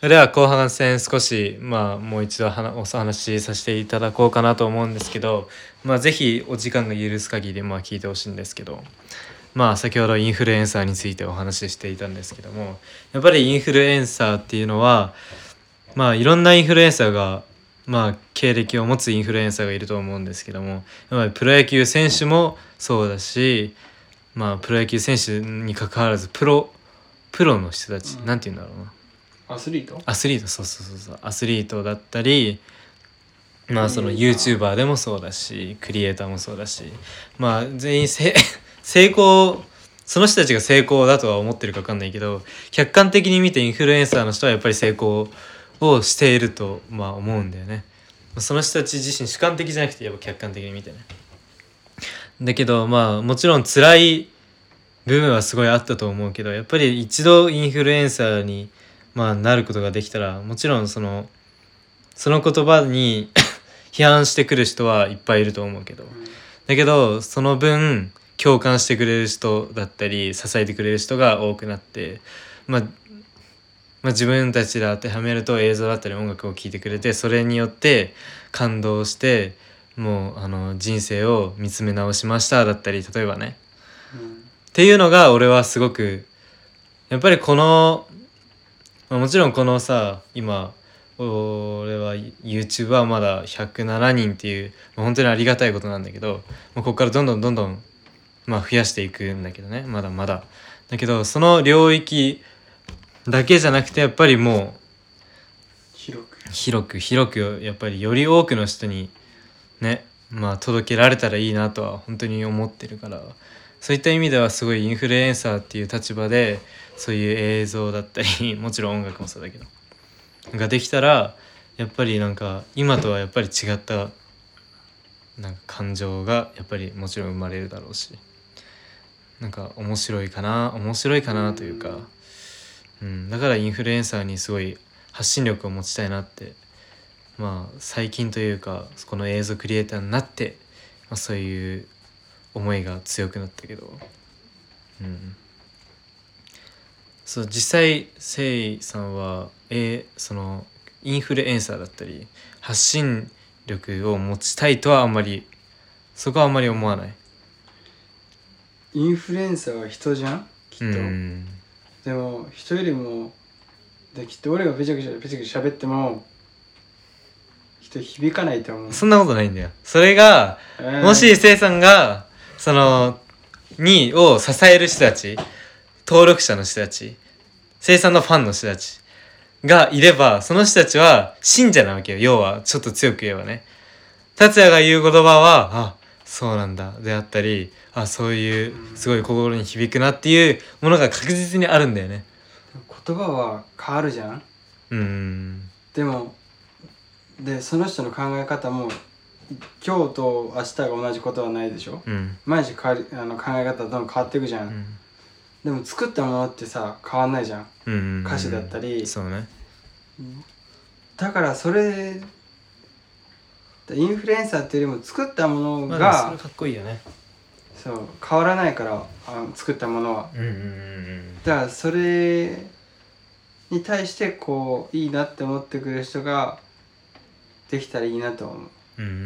では後半戦少しもう一度お話しさせていただこうかなと思うんですけど、ぜひお時間が許す限り聞いてほしいんですけど、先ほどインフルエンサーについてお話ししていたんですけども、やっぱりインフルエンサーっていうのはいろんなインフルエンサーが経歴を持つインフルエンサーがいると思うんですけども、やっぱりプロ野球選手もそうだし、プロ野球選手に関わらずプロの人たち、なんて言うんだろうな、 アスリート、 そうアスリートだったり、その YouTuber でもそうだし、クリエイターもそうだし、全員成功、その人たちが成功だとは思ってるか分かんないけど、客観的に見てインフルエンサーの人はやっぱり成功をしていると思うんだよね。その人たち自身主観的じゃなくてやっぱ客観的に見てね。だけどもちろん辛い部分はすごいあったと思うけど、やっぱり一度インフルエンサーになることができたら、もちろんその言葉に批判してくる人はいっぱいいると思うけど、だけどその分共感してくれる人だったり支えてくれる人が多くなって、自分たちで当てはめると映像だったり音楽を聴いてくれて、それによって感動してもう人生を見つめ直しましただったり、例えばね、っていうのが俺はすごくやっぱりこの、もちろんこのさ、今俺は YouTube はまだ107人っていう本当にありがたいことなんだけど、ここからどんどん増やしていくんだけどね、まだまだだけど、その領域だけじゃなくてやっぱりもう広くやっぱりより多くの人にね届けられたらいいなとは本当に思ってるから、そういった意味ではすごいインフルエンサーっていう立場でそういう映像だったりもちろん音楽もそうだけどができたら、やっぱり今とはやっぱり違った感情がやっぱりもちろん生まれるだろうし、面白いかなというか、だからインフルエンサーにすごい発信力を持ちたいなって、最近というかこの映像クリエイターになって、そういう思いが強くなったけど、そう実際せいさんはそのインフルエンサーだったり発信力を持ちたいとはそこはあんまり思わない？ インフルエンサーは人じゃんきっと、でも人よりもきっと俺がペチャクチャ喋っても人響かないと思う。 そんなことないんだよ。それが、もしせいさんがその2を支える人たち、登録者の人たち、せいさんのファンの人たちがいれば、その人たちは信者なわけよ。要はちょっと強く言えばね、達也が言う言葉はそうなんだであったり、そういうすごい心に響くなっていうものが確実にあるんだよね。 言葉は変わるじゃん。でもその人の考え方も今日と明日が同じことはないでしょ、毎日考え方どんどん変わっていくじゃん、でも作ったものってさ変わんないじゃん、歌詞だったり。 そうね。 だからそれインフルエンサーっていうよりも作ったものが、 それかっこいいよね。 そう変わらないから作ったものは、だからそれに対してこういいなって思ってくれる人ができたらいいなと思う。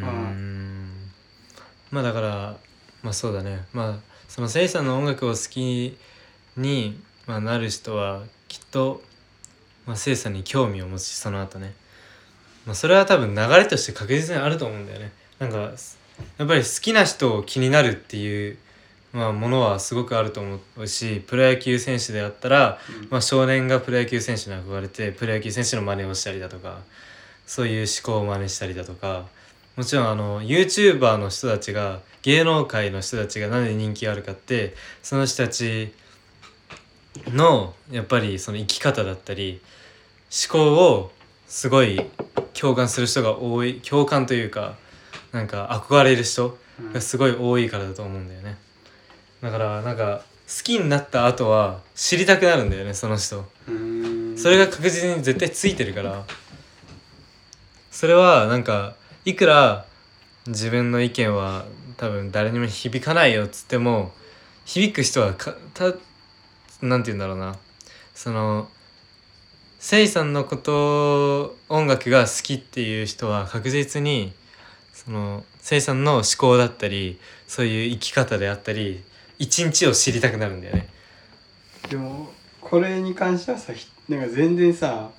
だからそうだね。そのせいさんの音楽を好きに、なる人はきっと、せいさんに興味を持ち、その後ね、それは多分流れとして確実にあると思うんだよね。やっぱり好きな人を気になるっていうものはすごくあると思うし、プロ野球選手であったら、少年がプロ野球選手に憧れてプロ野球選手の真似をしたりだとか、そういう思考を真似したりだとか、もちろんYouTuber の人たちが、芸能界の人たちがなんで人気があるかって、その人たちのやっぱりその生き方だったり思考をすごい共感する人が多い、共感というか憧れる人がすごい多いからだと思うんだよね。だから好きになった後は知りたくなるんだよね、その人。それが確実に絶対ついてるから、それはいくら自分の意見は多分誰にも響かないよっつっても、響く人はなんて言うんだろうな、そのせいさんのこと音楽が好きっていう人は確実にそのせいさんの思考だったりそういう生き方であったり一日を知りたくなるんだよね。 でもこれに関してはさ、なんか全然さ、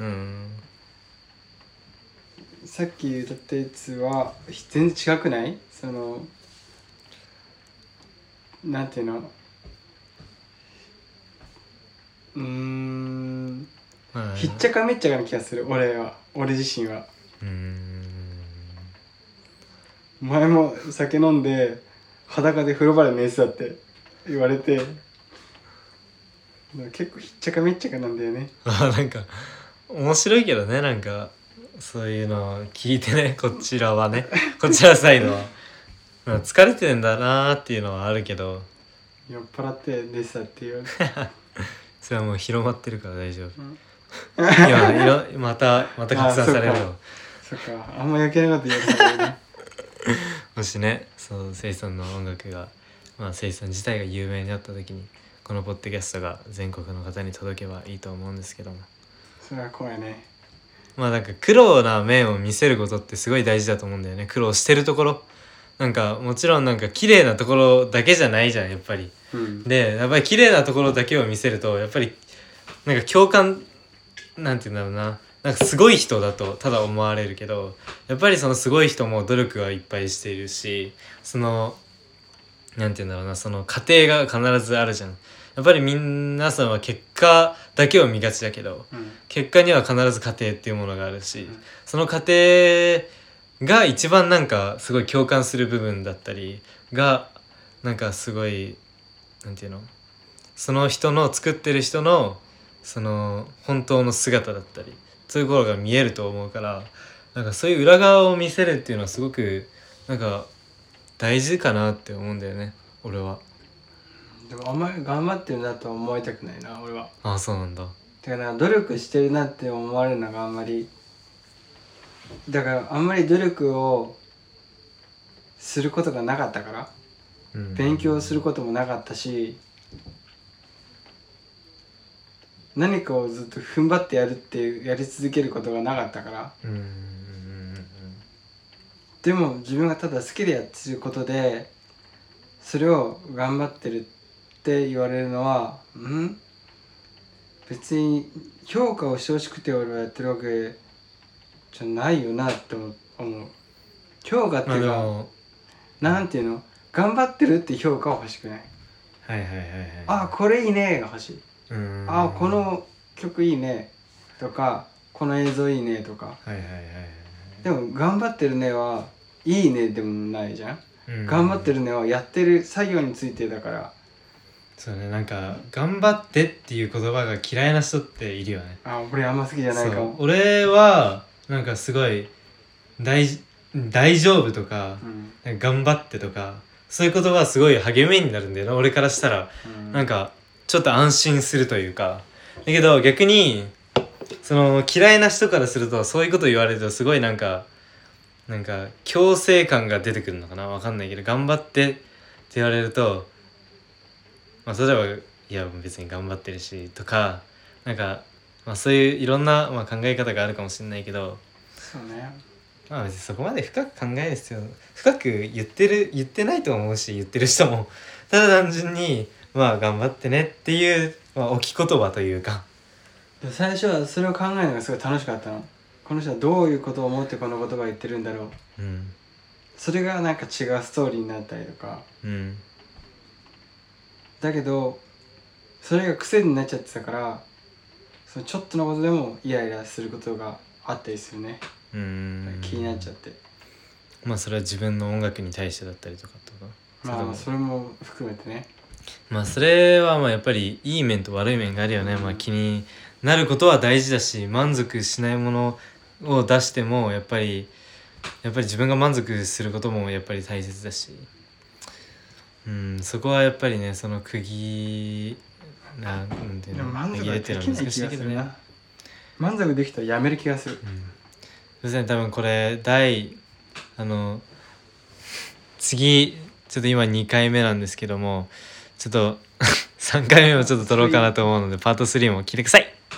さっき歌ったやつは全然違くない？そのなんていうの、ひっちゃかめっちゃかな気がする。俺自身は。前も酒飲んで裸で風呂場で寝てたって言われて、結構ひっちゃかめっちゃかなんだよね。 なんか面白いけどね、なんかそういうのを聞いてね、こちらはねこちらサイドは疲れてんだなーっていうのはあるけど、 酔っ払って寝てたっていうそれはもう広まってるから大丈夫、今また拡散されるの。 そっか、あんま余計なこと言わないねもしね、そうせいさんの音楽がせいさん自体が有名になった時にこのポッドキャストが全国の方に届けばいいと思うんですけども、 それは怖いね。 なんか苦労な面を見せることってすごい大事だと思うんだよね。苦労してるところ、なんかもちろんなんか綺麗なところだけじゃないじゃんやっぱり、でやっぱり綺麗なところだけを見せるとやっぱりなんか共感なんて言うんだろうな、なんかすごい人だとただ思われるけど、やっぱりそのすごい人も努力はいっぱいしているし、そのなんて言うんだろうな、その過程が必ずあるじゃん。やっぱり皆さんは結果だけを見がちだけど、結果には必ず過程っていうものがあるし、その過程が一番なんかすごい共感する部分だったりがなんかすごいなんていうの、その人の作ってる人のその本当の姿だったりそういうところが見えると思うから、なんかそういう裏側を見せるっていうのはすごくなんか大事かなって思うんだよね俺は。 でもあんまり頑張ってるなとは思いたくないな俺は。 ああそうなんだ。 だから努力してるなって思われるのがあんまり、だからあんまり努力をすることがなかったから、勉強することもなかったし、何かをずっと踏ん張ってやるっていうやり続けることがなかったから、でも自分がただ好きでやってることでそれを頑張ってるって言われるのは別に評価をしてほしくて俺はやってるわけじゃないよなって思う。評価っていうかなんていうの、頑張ってるって評価は欲しくない。あこれいいねが欲しい。あこの曲いいねとかこの映像いいねとか、でも頑張ってるねはいいねでもないじゃん、頑張ってるねはやってる作業についてだから。 そうね、なんか頑張ってっていう言葉が嫌いな人っているよね。 俺あんま好きじゃないかも。 俺はなんかすごい大丈夫とか、なんか頑張ってとかそういう言葉はすごい励みになるんだよな俺からしたら、なんかちょっと安心するというか。だけど逆にその嫌いな人からするとそういうこと言われるとすごいなんか強制感が出てくるのかな、わかんないけど、頑張ってって言われると例えばいや別に頑張ってるしとかなんか、そういういろんな、考え方があるかもしれないけど、 そうね、 別にそこまで深く考える必要深く言ってないと思うし、言ってる人もただ単純に頑張ってねっていう、置き言葉というか。 最初はそれを考えるのがすごい楽しかったの。この人はどういうことを思ってこの言葉を言ってるんだろう、それがなんか違うストーリーになったりとか、だけどそれが癖になっちゃってたから、そのちょっとのことでもイライラすることがあったりするね。気になっちゃって、 それは自分の音楽に対してだったりとかってこと？ それも含めてね。 それはやっぱりいい面と悪い面があるよね。気になることは大事だし、満足しないものを出してもやっぱり自分が満足することもやっぱり大切だし、そこはやっぱりね、その区なんていうの、 満足できない気がするな。満足できたらやめる気がする。 多分これ次ちょっと今2回目なんですけども、ちょっと3回目もちょっと撮ろうかなと思うのでパート3も聞いてください。